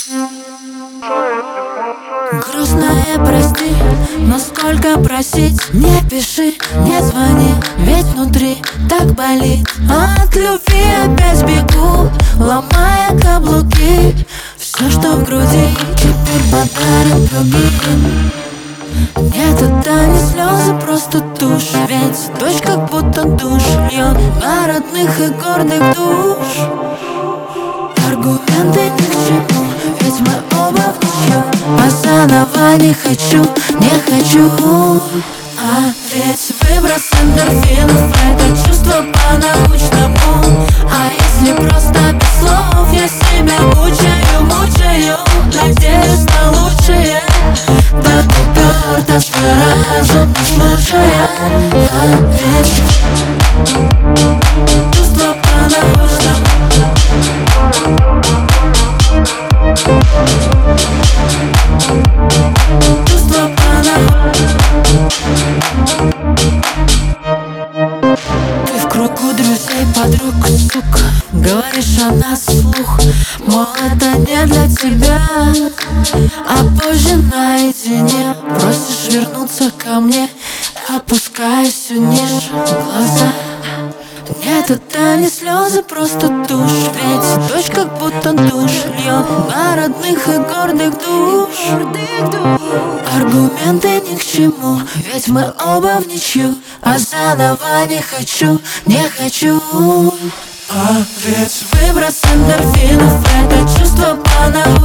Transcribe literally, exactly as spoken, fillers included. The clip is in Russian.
Грустная, прости, но сколько просить? Не пиши, не звони, ведь внутри так болит. От любви опять бегу, ломая каблуки. Все, что в груди, теперь подарок другим. Нет, это не слезы, просто тушь. Ведь дождь как будто душ льет на родных и гордых душ. Аргументы ни к чему, ведь мы оба в ничью. А заново не хочу, не хочу. А ведь выброс эндорфинов — это чувство по-научному. А если просто без слов я себя мучаю, мучаю, надеюсь на лучшее. Да уперто сразу не слушая. А ведь чувство по-научному. Чувство по-научному. Ты в кругу друзей, подруг, сука, говоришь о нас вслух, мол, это не для тебя. А позже наедине просишь вернуться ко мне, опускаясь все ниже глаза. Нет, это не слезы, просто тушь. Ведь дождь как будто душ льет на родных и гордых душ. Аргументы ни к чему, ведь мы оба в ничью. А заново не хочу, не хочу. А ведь выброс эндорфинов — это чувство по-научному.